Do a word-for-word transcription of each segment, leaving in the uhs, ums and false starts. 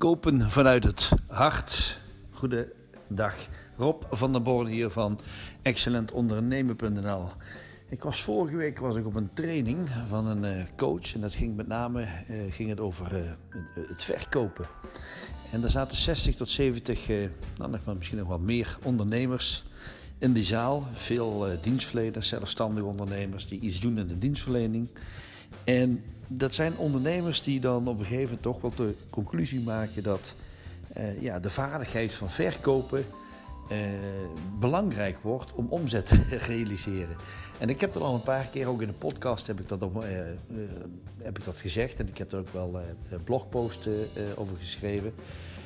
Verkopen vanuit het hart. Goedendag, Rob van der Born hier van excellent ondernemen punt n l. Ik was vorige week was ik op een training van een uh, coach en dat ging met name uh, ging het over uh, het verkopen. En daar zaten zestig tot zeventig, uh, nou, nog misschien nog wel meer ondernemers in die zaal. Veel uh, dienstverleners, zelfstandige ondernemers die iets doen in de dienstverlening. En dat zijn ondernemers die dan op een gegeven moment toch wel de conclusie maken dat uh, ja, de vaardigheid van verkopen uh, belangrijk wordt om omzet te realiseren. En ik heb dat al een paar keer, ook in de podcast heb ik dat, op, uh, uh, heb ik dat gezegd. En ik heb er ook wel uh, blogposts uh, over geschreven.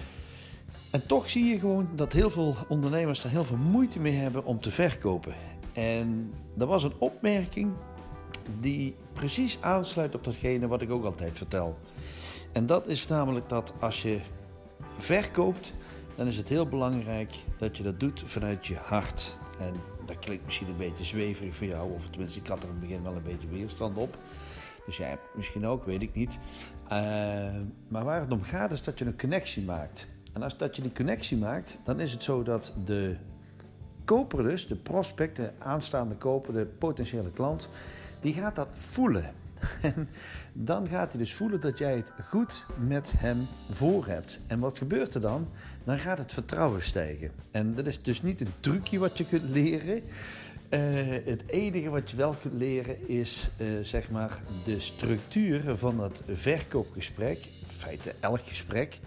En toch zie je gewoon dat heel veel ondernemers daar heel veel moeite mee hebben om te verkopen. En dat was een opmerking die precies aansluit op datgene wat ik ook altijd vertel. En dat is namelijk dat als je verkoopt, dan is het heel belangrijk dat je dat doet vanuit je hart. En dat klinkt misschien een beetje zweverig voor jou, of tenminste ik had er in het begin wel een beetje weerstand op. Dus jij hebt misschien ook, weet ik niet. Uh, maar waar het om gaat is dat je een connectie maakt. En als dat je die connectie maakt, dan is het zo dat de koper dus, de prospect, de aanstaande koper, de potentiële klant, die gaat dat voelen. En dan gaat hij dus voelen dat jij het goed met hem voor hebt. En wat gebeurt er dan? Dan gaat het vertrouwen stijgen. En dat is dus niet een trucje wat je kunt leren. Uh, het enige wat je wel kunt leren is uh, zeg maar de structuur van dat verkoopgesprek. In feite elk gesprek.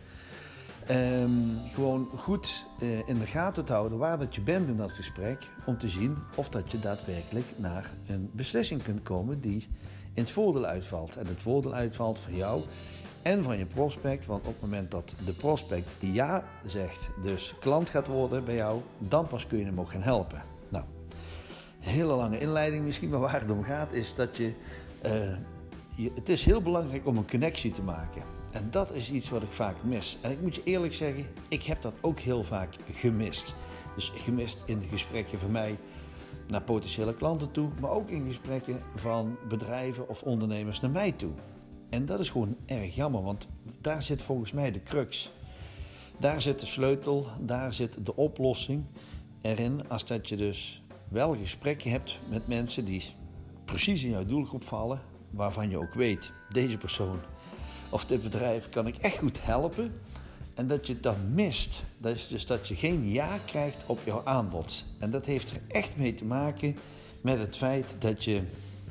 Um, gewoon goed uh, in de gaten te houden waar dat je bent in dat gesprek, om te zien of dat je daadwerkelijk naar een beslissing kunt komen die in het voordeel uitvalt. En het voordeel uitvalt van jou en van je prospect, want op het moment dat de prospect ja zegt, dus klant gaat worden bij jou, dan pas kun je hem ook gaan helpen. Nou, hele lange inleiding misschien, maar waar het om gaat is dat je, uh, je het is heel belangrijk om een connectie te maken. En dat is iets wat ik vaak mis. En ik moet je eerlijk zeggen, ik heb dat ook heel vaak gemist. Dus gemist in de gesprekken van mij naar potentiële klanten toe, maar ook in gesprekken van bedrijven of ondernemers naar mij toe. En dat is gewoon erg jammer, want daar zit volgens mij de crux. Daar zit de sleutel, daar zit de oplossing erin, als dat je dus wel gesprekken hebt met mensen die precies in jouw doelgroep vallen, waarvan je ook weet, deze persoon of dit bedrijf kan ik echt goed helpen. En dat je het dan mist. Dat is dus dat je geen ja krijgt op jouw aanbod. En dat heeft er echt mee te maken met het feit dat je,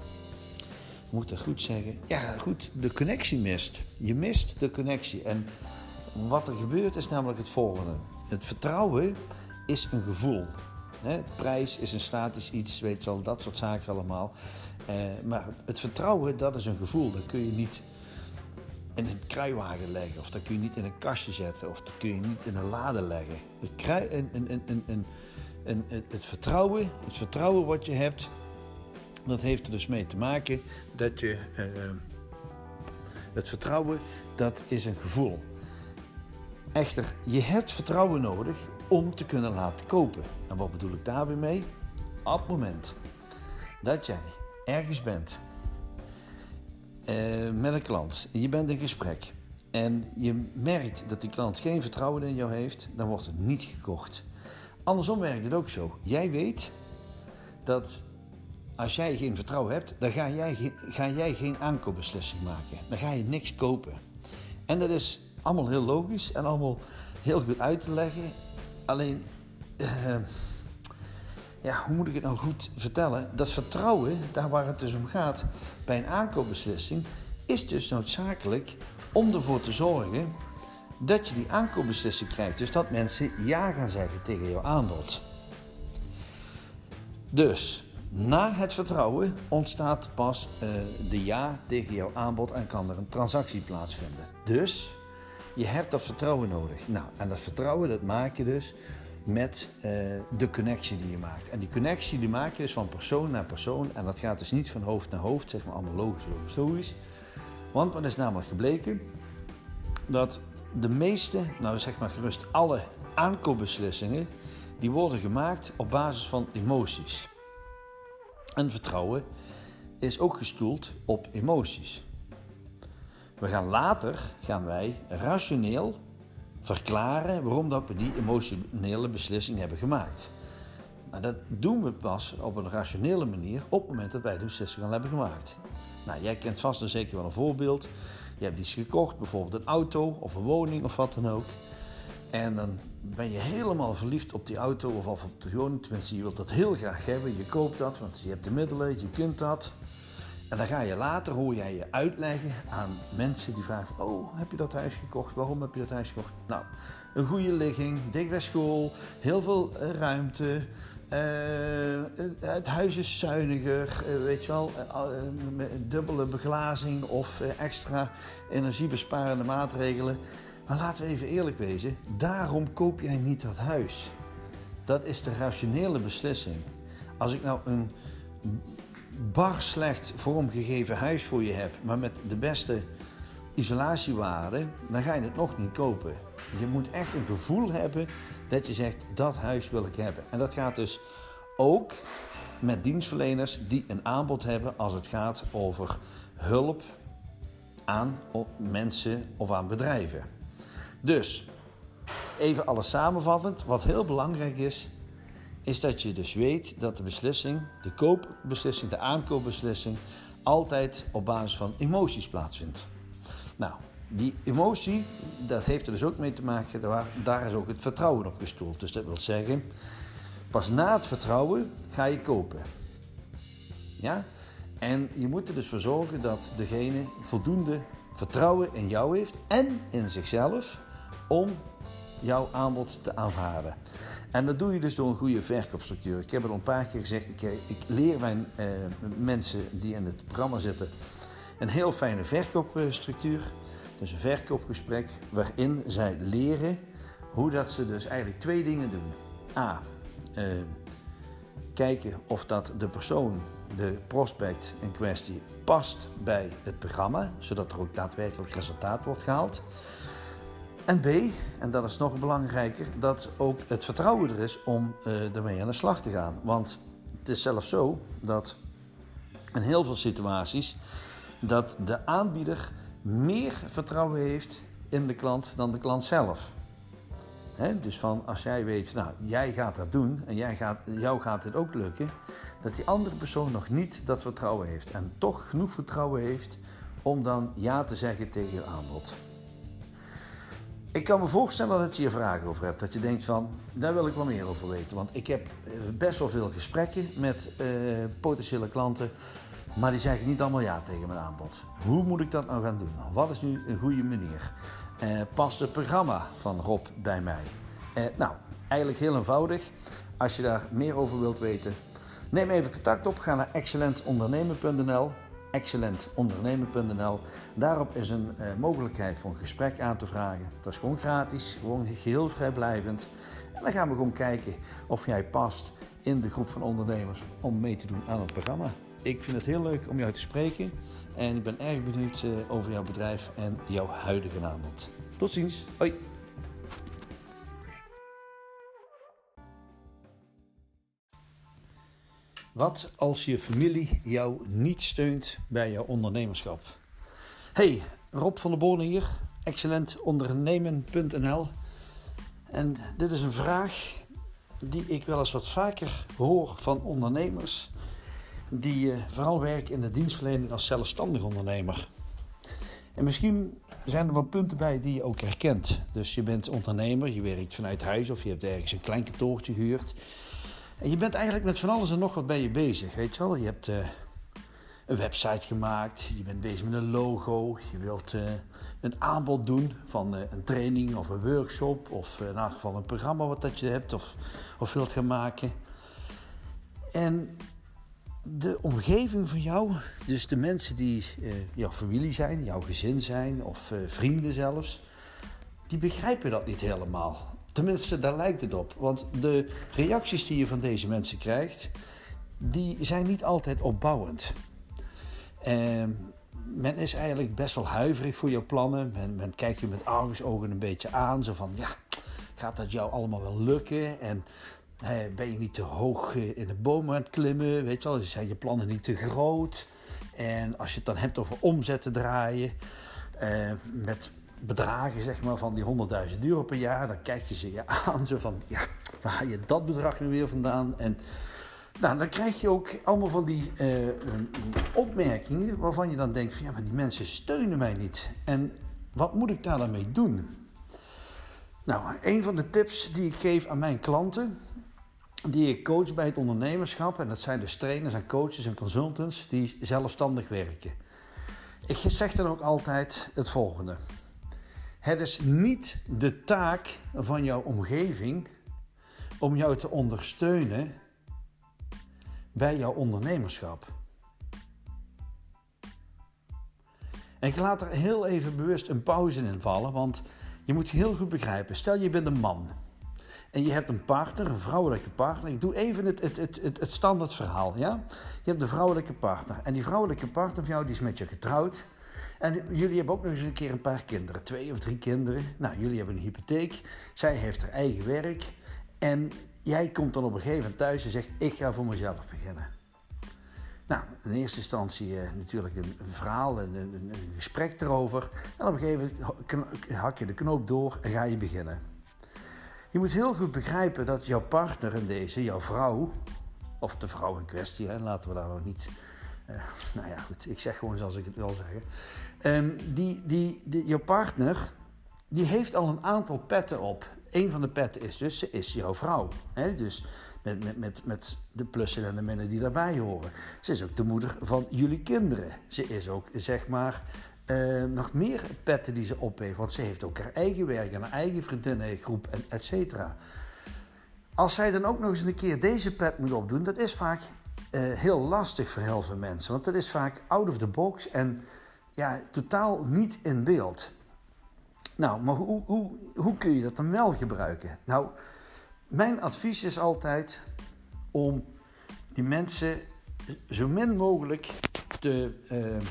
moet dat goed zeggen, ja goed, de connectie mist. Je mist de connectie. En wat er gebeurt is namelijk het volgende. Het vertrouwen is een gevoel. De prijs is een statisch iets, weet je wel, dat soort zaken allemaal. Maar het vertrouwen, dat is een gevoel. Dat kun je niet in een kruiwagen leggen, of dat kun je niet in een kastje zetten, of dat kun je niet in een lade leggen. Het, krui, een, een, een, een, een, een, het, vertrouwen, het vertrouwen wat je hebt, dat heeft er dus mee te maken dat je, uh, het vertrouwen, dat is een gevoel. Echter, je hebt vertrouwen nodig om te kunnen laten kopen. En wat bedoel ik daar weer mee? Op het moment dat jij ergens bent, Uh, met een klant, je bent in gesprek en je merkt dat die klant geen vertrouwen in jou heeft, dan wordt het niet gekocht. Andersom werkt het ook zo. Jij weet dat als jij geen vertrouwen hebt, dan ga jij, ga jij geen aankoopbeslissing maken. Dan ga je niks kopen. En dat is allemaal heel logisch en allemaal heel goed uit te leggen. Alleen, uh, ja, hoe moet ik het nou goed vertellen? Dat vertrouwen, daar waar het dus om gaat bij een aankoopbeslissing, is dus noodzakelijk om ervoor te zorgen dat je die aankoopbeslissing krijgt. Dus dat mensen ja gaan zeggen tegen jouw aanbod. Dus na het vertrouwen ontstaat pas uh, de ja tegen jouw aanbod en kan er een transactie plaatsvinden. Dus je hebt dat vertrouwen nodig. Nou, en dat vertrouwen dat maak je dus met uh, de connectie die je maakt. En die connectie die maak je dus van persoon naar persoon. En dat gaat dus niet van hoofd naar hoofd, zeg maar allemaal logisch, logisch, logisch. Want wat is namelijk gebleken? Dat de meeste, nou zeg maar gerust alle aankoopbeslissingen, die worden gemaakt op basis van emoties. En vertrouwen is ook gestoeld op emoties. We gaan later, gaan wij rationeel verklaren waarom dat we die emotionele beslissing hebben gemaakt. Nou, dat doen we pas op een rationele manier op het moment dat wij de beslissing al hebben gemaakt. Nou, jij kent vast en zeker wel een voorbeeld. Je hebt iets gekocht, bijvoorbeeld een auto of een woning of wat dan ook. En dan ben je helemaal verliefd op die auto of op de woning. Tenminste, je wilt dat heel graag hebben. Je koopt dat, want je hebt de middelen, je kunt dat. En dan ga je later, hoor jij je uitleggen aan mensen die vragen van, oh, heb je dat huis gekocht? Waarom heb je dat huis gekocht? Nou, een goede ligging, dicht bij school, heel veel uh, ruimte. Uh, het huis is zuiniger, uh, weet je wel, uh, uh, met dubbele beglazing of uh, extra energiebesparende maatregelen. Maar laten we even eerlijk wezen, daarom koop jij niet dat huis. Dat is de rationele beslissing. Als ik nou een bar slecht vormgegeven huis voor je heb, maar met de beste isolatiewaarden, dan ga je het nog niet kopen. Je moet echt een gevoel hebben dat je zegt, dat huis wil ik hebben. En dat gaat dus ook met dienstverleners die een aanbod hebben als het gaat over hulp aan mensen of aan bedrijven. Dus, even alles samenvattend, wat heel belangrijk is, is dat je dus weet dat de beslissing, de koopbeslissing, de aankoopbeslissing, altijd op basis van emoties plaatsvindt. Nou, die emotie, dat heeft er dus ook mee te maken, daar, daar is ook het vertrouwen op gestoeld. Dus dat wil zeggen, pas na het vertrouwen ga je kopen. Ja? En je moet er dus voor zorgen dat degene voldoende vertrouwen in jou heeft en in zichzelf om jouw aanbod te aanvaarden. En dat doe je dus door een goede verkoopstructuur. Ik heb het al een paar keer gezegd, ik, ik leer mijn eh, mensen die in het programma zitten een heel fijne verkoopstructuur. Dus een verkoopgesprek waarin zij leren hoe dat ze dus eigenlijk twee dingen doen. A, eh, kijken of dat de persoon, de prospect in kwestie, past bij het programma, zodat er ook daadwerkelijk resultaat wordt gehaald. En B, en dat is nog belangrijker, dat ook het vertrouwen er is om uh, ermee aan de slag te gaan. Want het is zelfs zo dat in heel veel situaties dat de aanbieder meer vertrouwen heeft in de klant dan de klant zelf. He, dus van als jij weet, nou jij gaat dat doen en jij gaat, jou gaat het ook lukken, dat die andere persoon nog niet dat vertrouwen heeft en toch genoeg vertrouwen heeft om dan ja te zeggen tegen je aanbod. Ik kan me voorstellen dat je hier vragen over hebt. Dat je denkt van, daar wil ik wel meer over weten. Want ik heb best wel veel gesprekken met uh, potentiële klanten. Maar die zeggen niet allemaal ja tegen mijn aanbod. Hoe moet ik dat nou gaan doen? Wat is nu een goede manier? Uh, past het programma van Rob bij mij? Uh, nou, eigenlijk heel eenvoudig. Als je daar meer over wilt weten, neem even contact op. Ga naar excellent ondernemen punt n l. excellent ondernemen punt n l. Daarop is een uh, mogelijkheid voor een gesprek aan te vragen. Dat is gewoon gratis, gewoon geheel vrijblijvend. En dan gaan we gewoon kijken of jij past in de groep van ondernemers om mee te doen aan het programma. Ik vind het heel leuk om jou te spreken en ik ben erg benieuwd uh, over jouw bedrijf en jouw huidige aanbod. Tot ziens, hoi! Wat als je familie jou niet steunt bij jouw ondernemerschap? Hey, Rob van der Borne hier, excellent ondernemen punt n l. En dit is een vraag die ik wel eens wat vaker hoor van ondernemers die uh, vooral werken in de dienstverlening als zelfstandig ondernemer. En misschien zijn er wel punten bij die je ook herkent. Dus je bent ondernemer, je werkt vanuit huis of je hebt ergens een klein kantoortje gehuurd. En je bent eigenlijk met van alles en nog wat bij je bezig, weet je wel. Je hebt uh, een website gemaakt, je bent bezig met een logo, je wilt uh, een aanbod doen van uh, een training of een workshop of uh, in elk geval een programma wat dat je hebt of, of wilt gaan maken. En de omgeving van jou, dus de mensen die uh, jouw familie zijn, jouw gezin zijn of uh, vrienden zelfs, die begrijpen dat niet helemaal. Tenminste, daar lijkt het op. Want de reacties die je van deze mensen krijgt, die zijn niet altijd opbouwend. Uh, men is eigenlijk best wel huiverig voor jouw plannen. Men, men kijkt je met argusogen een beetje aan. Zo van, ja, gaat dat jou allemaal wel lukken? En uh, ben je niet te hoog uh, in de boom aan het klimmen? Weet je wel, zijn je plannen niet te groot? En als je het dan hebt over omzet te draaien, uh, met bedragen zeg maar, van die honderdduizend euro per jaar. Dan kijk je ze je aan, zo van, ja, waar haal je dat bedrag nu weer vandaan? En nou, dan krijg je ook allemaal van die uh, opmerkingen waarvan je dan denkt van, ja, maar die mensen steunen mij niet. En wat moet ik daar dan mee doen? Nou, een van de tips die ik geef aan mijn klanten, die ik coach bij het ondernemerschap, en dat zijn dus trainers en coaches en consultants die zelfstandig werken. Ik zeg dan ook altijd het volgende. Het is niet de taak van jouw omgeving om jou te ondersteunen bij jouw ondernemerschap. En ik laat er heel even bewust een pauze in vallen, want je moet heel goed begrijpen. Stel je bent een man en je hebt een partner, een vrouwelijke partner. Ik doe even het, het, het, het, het standaard verhaal. Ja? Je hebt een vrouwelijke partner en die vrouwelijke partner van jou die is met je getrouwd. En jullie hebben ook nog eens een keer een paar kinderen, twee of drie kinderen. Nou, jullie hebben een hypotheek, zij heeft haar eigen werk en jij komt dan op een gegeven moment thuis en zegt, ik ga voor mezelf beginnen. Nou, in eerste instantie uh, natuurlijk een verhaal en een, een, een gesprek erover. En op een gegeven moment hak je de knoop door en ga je beginnen. Je moet heel goed begrijpen dat jouw partner in deze, jouw vrouw, of de vrouw in kwestie, hè, laten we daar nog niet... Uh, nou ja, goed, ik zeg gewoon zoals ik het wil zeggen. Um, die, die, die, jouw partner, die heeft al een aantal petten op. Eén van de petten is dus, ze is jouw vrouw. Hè? Dus met, met, met, met de plussen en de minnen die daarbij horen. Ze is ook de moeder van jullie kinderen. Ze is ook, zeg maar, uh, nog meer petten die ze op heeft. Want ze heeft ook haar eigen werk en haar eigen vriendinnengroep, en et cetera. Als zij dan ook nog eens een keer deze pet moet opdoen, dat is vaak uh, heel lastig voor heel veel mensen. Want dat is vaak out of the box en ja, totaal niet in beeld. Nou, maar hoe, hoe, hoe kun je dat dan wel gebruiken? Nou, mijn advies is altijd om die mensen zo min mogelijk te uh,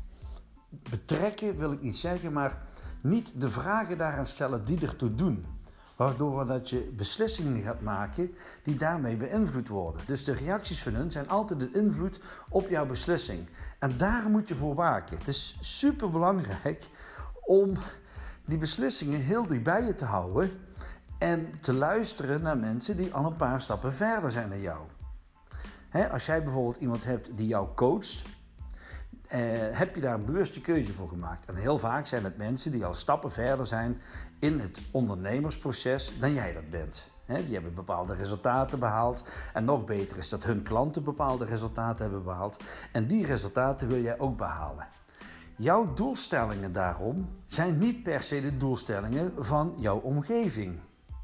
betrekken, wil ik niet zeggen, maar niet de vragen daaraan stellen die ertoe doen. Waardoor dat je beslissingen gaat maken die daarmee beïnvloed worden. Dus de reacties van hun zijn altijd de invloed op jouw beslissing. En daar moet je voor waken. Het is super belangrijk om die beslissingen heel dicht bij je te houden en te luisteren naar mensen die al een paar stappen verder zijn dan jou. He, als jij bijvoorbeeld iemand hebt die jou coacht, eh, heb je daar een bewuste keuze voor gemaakt. En heel vaak zijn het mensen die al stappen verder zijn in het ondernemersproces dan jij dat bent. He, die hebben bepaalde resultaten behaald. En nog beter is dat hun klanten bepaalde resultaten hebben behaald. En die resultaten wil jij ook behalen. Jouw doelstellingen daarom zijn niet per se de doelstellingen van jouw omgeving.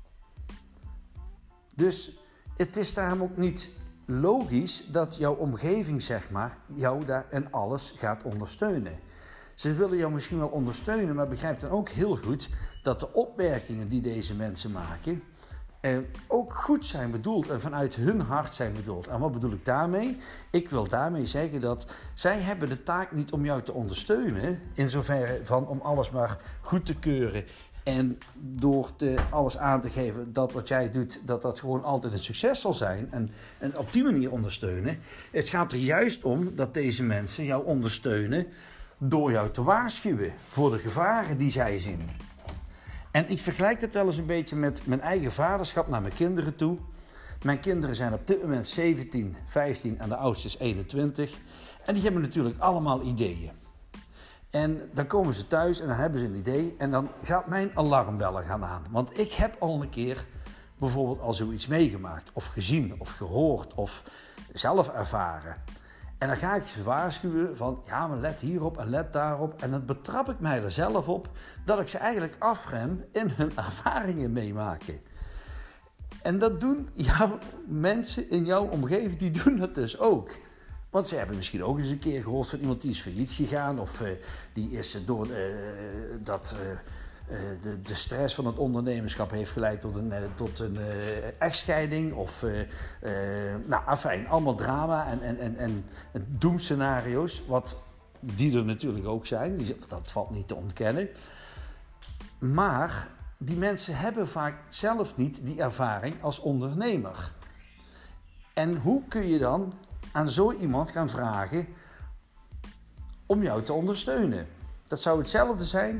Dus het is daarom ook niet logisch dat jouw omgeving, zeg maar, jou daar in alles gaat ondersteunen. Ze willen jou misschien wel ondersteunen, maar begrijp dan ook heel goed dat de opmerkingen die deze mensen maken eh, ook goed zijn bedoeld en vanuit hun hart zijn bedoeld. En wat bedoel ik daarmee? Ik wil daarmee zeggen dat zij hebben de taak niet om jou te ondersteunen, in zoverre van om alles maar goed te keuren en door te, alles aan te geven dat wat jij doet, dat dat gewoon altijd een succes zal zijn en, en op die manier ondersteunen. Het gaat er juist om dat deze mensen jou ondersteunen door jou te waarschuwen voor de gevaren die zij zien. En ik vergelijk het wel eens een beetje met mijn eigen vaderschap naar mijn kinderen toe. Mijn kinderen zijn op dit moment zeventien, vijftien en de oudste is eenentwintig. En die hebben natuurlijk allemaal ideeën. En dan komen ze thuis en dan hebben ze een idee en dan gaat mijn alarmbellen gaan aan. Want ik heb al een keer bijvoorbeeld al zoiets meegemaakt of gezien of gehoord of zelf ervaren. En dan ga ik ze waarschuwen van, ja, maar let hierop en let daarop. En dan betrap ik mij er zelf op dat ik ze eigenlijk afrem in hun ervaringen meemaken. En dat doen jouw mensen in jouw omgeving, die doen dat dus ook. Want ze hebben misschien ook eens een keer gehoord van iemand die is failliet gegaan. Of uh, die is door uh, dat... Uh, Uh, de, de stress van het ondernemerschap heeft geleid tot een, uh, tot een uh, echtscheiding. Of, uh, uh, nou, afijn, allemaal drama en, en, en, en doemscenario's. Wat die er natuurlijk ook zijn. Die, dat valt niet te ontkennen. Maar die mensen hebben vaak zelf niet die ervaring als ondernemer. En hoe kun je dan aan zo iemand gaan vragen om jou te ondersteunen? Dat zou hetzelfde zijn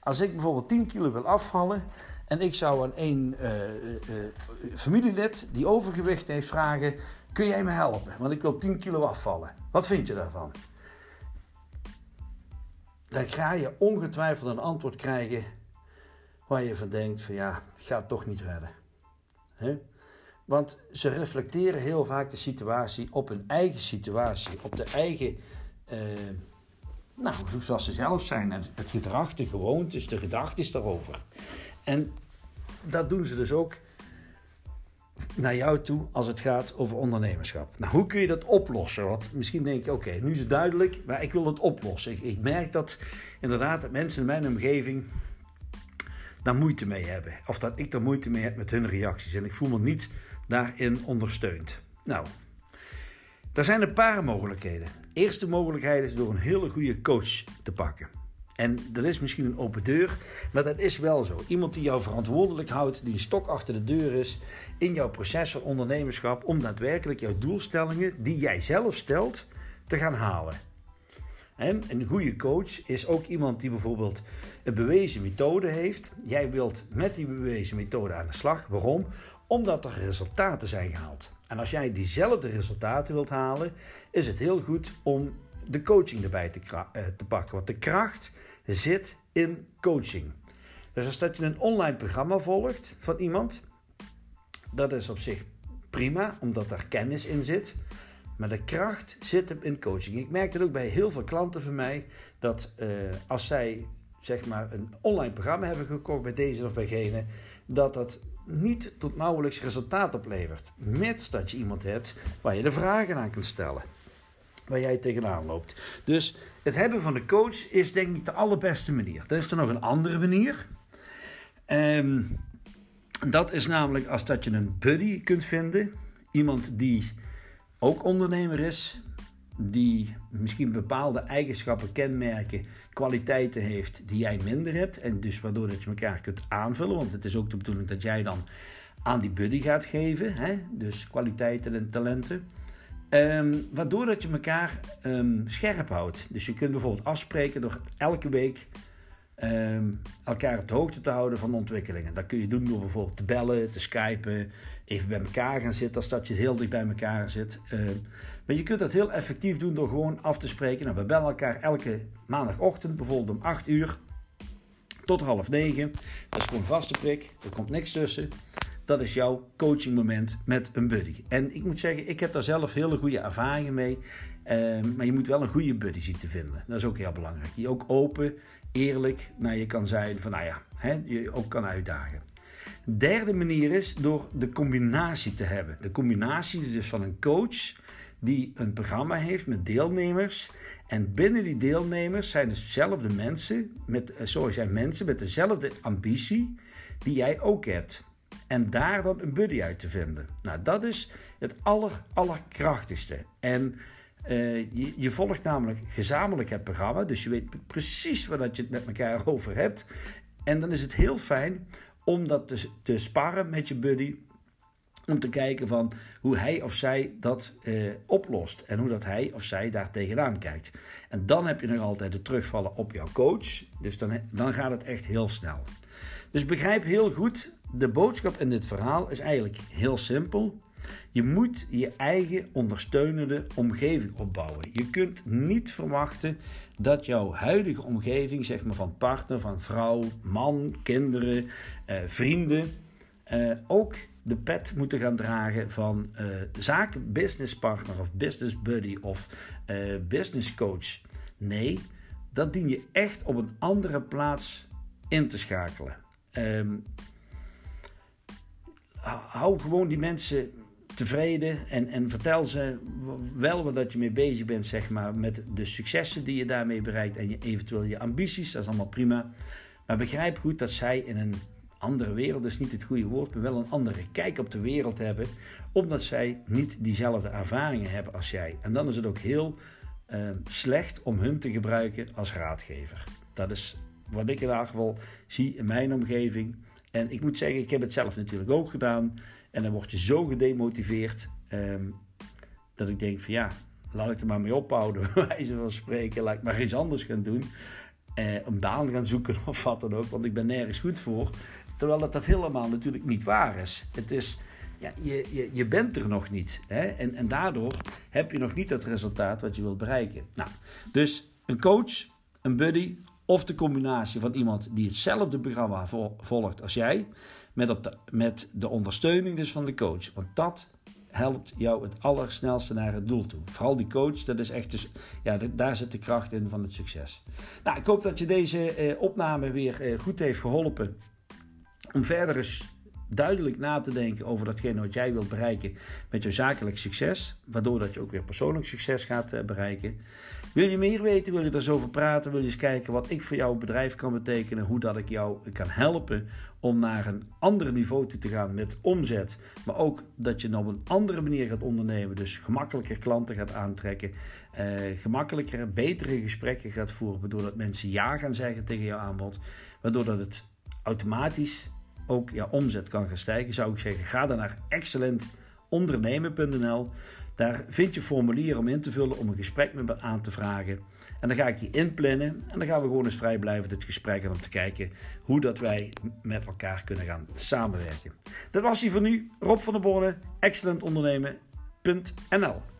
als ik bijvoorbeeld tien kilo wil afvallen en ik zou aan een uh, uh, uh, familielid die overgewicht heeft vragen, kun jij me helpen? Want ik wil tien kilo afvallen. Wat vind je daarvan? Dan ga je ongetwijfeld een antwoord krijgen waar je van denkt van ja, ik ga het toch niet redden. He? Want ze reflecteren heel vaak de situatie op hun eigen situatie, op de eigen, uh, nou, zoals ze zelf zijn. Het, het gedrag, de gewoontes, de gedachten daarover. En dat doen ze dus ook naar jou toe als het gaat over ondernemerschap. Nou, hoe kun je dat oplossen? Want misschien denk je, oké, okay, nu is het duidelijk, maar ik wil het oplossen. Ik, ik merk dat inderdaad dat mensen in mijn omgeving daar moeite mee hebben. Of dat ik er moeite mee heb met hun reacties. En ik voel me niet daarin ondersteund. Nou, er zijn een paar mogelijkheden. De eerste mogelijkheid is door een hele goede coach te pakken. En dat is misschien een open deur, maar dat is wel zo. Iemand die jou verantwoordelijk houdt, die een stok achter de deur is in jouw proces van ondernemerschap, om daadwerkelijk jouw doelstellingen die jij zelf stelt te gaan halen. En een goede coach is ook iemand die bijvoorbeeld een bewezen methode heeft. Jij wilt met die bewezen methode aan de slag. Waarom? Omdat er resultaten zijn gehaald. En als jij diezelfde resultaten wilt halen, is het heel goed om de coaching erbij te, kra- uh, te pakken. Want de kracht zit in coaching. Dus als dat je een online programma volgt van iemand, dat is op zich prima, omdat daar kennis in zit. Maar de kracht zit hem in coaching. Ik merk het ook bij heel veel klanten van mij, dat uh, als zij zeg maar een online programma hebben gekocht bij deze of bij gene, dat dat niet tot nauwelijks resultaat oplevert. Mits dat je iemand hebt waar je de vragen aan kunt stellen, waar jij tegenaan loopt. Dus het hebben van een coach is denk ik de allerbeste manier. Dan is er nog een andere manier. Um, dat is namelijk als dat je een buddy kunt vinden. Iemand die ook ondernemer is, die misschien bepaalde eigenschappen, kenmerken, kwaliteiten heeft die jij minder hebt. En dus waardoor dat je elkaar kunt aanvullen. Want het is ook de bedoeling dat jij dan aan die buddy gaat geven. Hè? Dus kwaliteiten en talenten. Um, waardoor dat je elkaar um, scherp houdt. Dus je kunt bijvoorbeeld afspreken door elke week um, elkaar op de hoogte te houden van ontwikkelingen. Dat kun je doen door bijvoorbeeld te bellen, te skypen, even bij elkaar gaan zitten als dat je heel dicht bij elkaar zit. Uh, maar je kunt dat heel effectief doen door gewoon af te spreken. Nou, we bellen elkaar elke maandagochtend, bijvoorbeeld om acht uur tot half negen. Dat is gewoon een vaste prik, er komt niks tussen. Dat is jouw coachingmoment met een buddy. En ik moet zeggen, ik heb daar zelf hele goede ervaringen mee. Uh, maar je moet wel een goede buddy zien te vinden. Dat is ook heel belangrijk. Die ook open, eerlijk naar je kan zijn. Van nou ja, hè, je ook kan uitdagen. De derde manier is door de combinatie te hebben. De combinatie dus van een coach die een programma heeft met deelnemers. En binnen die deelnemers zijn dus dezelfde mensen met, sorry, zijn mensen met dezelfde ambitie die jij ook hebt. En daar dan een buddy uit te vinden. Nou, dat is het aller, allerkrachtigste. En uh, je, je volgt namelijk gezamenlijk het programma. Dus je weet precies waar dat je het met elkaar over hebt. En dan is het heel fijn om dat te, te sparren met je buddy. Om te kijken van hoe hij of zij dat uh, oplost. En hoe dat hij of zij daar tegenaan kijkt. En dan heb je nog altijd het terugvallen op jouw coach. Dus dan, dan gaat het echt heel snel. Dus begrijp heel goed, de boodschap in dit verhaal is eigenlijk heel simpel. Je moet je eigen ondersteunende omgeving opbouwen. Je kunt niet verwachten dat jouw huidige omgeving, zeg maar van partner, van vrouw, man, kinderen, uh, vrienden, uh, ook de pet moeten gaan dragen van uh, zaken businesspartner of business buddy of uh, business coach. Nee, dat dien je echt op een andere plaats in te schakelen. Um, hou gewoon die mensen tevreden en, en vertel ze wel wat dat je mee bezig bent, zeg maar, met de successen die je daarmee bereikt en je, eventueel je ambities, dat is allemaal prima. Maar begrijp goed dat zij in een andere wereld, dat is niet het goede woord, maar wel een andere kijk op de wereld hebben, omdat zij niet diezelfde ervaringen hebben als jij. En dan is het ook heel uh, slecht om hun te gebruiken als raadgever. Dat is wat ik in ieder geval zie in mijn omgeving. En ik moet zeggen, ik heb het zelf natuurlijk ook gedaan. En dan word je zo gedemotiveerd um, dat ik denk van ja, laat ik er maar mee ophouden. Bij wijze van spreken, laat ik maar iets anders gaan doen. uh, een baan gaan zoeken of wat dan ook, want ik ben nergens goed voor. Terwijl dat, dat helemaal natuurlijk niet waar is. Het is, ja, je, je, je bent er nog niet. Hè? En, en daardoor heb je nog niet het resultaat wat je wilt bereiken. Nou, dus een coach, een buddy of de combinatie van iemand die hetzelfde programma volgt als jij, met, op de, met de ondersteuning dus van de coach. Want dat helpt jou het allersnelste naar het doel toe. Vooral die coach, dat is echt dus, ja, daar zit de kracht in van het succes. Nou, ik hoop dat je deze eh, opname weer eh, goed heeft geholpen om verder eens duidelijk na te denken over datgene wat jij wilt bereiken met jouw zakelijk succes, waardoor dat je ook weer persoonlijk succes gaat uh, bereiken. Wil je meer weten, wil je er zo over praten, wil je eens kijken wat ik voor jouw bedrijf kan betekenen, hoe dat ik jou kan helpen om naar een ander niveau toe te gaan met omzet, maar ook dat je op een andere manier gaat ondernemen, dus gemakkelijker klanten gaat aantrekken, uh, gemakkelijker, betere gesprekken gaat voeren, waardoor dat mensen ja gaan zeggen tegen jouw aanbod, waardoor dat het automatisch ook jouw omzet kan gaan stijgen, zou ik zeggen, ga dan naar excellent ondernemen punt n l. Daar vind je formulier om in te vullen om een gesprek met me aan te vragen. En dan ga ik die inplannen en dan gaan we gewoon eens vrijblijvend het gesprek aan om te kijken hoe dat wij met elkaar kunnen gaan samenwerken. Dat was die voor nu. Rob van der Borne, excellent ondernemen punt n l.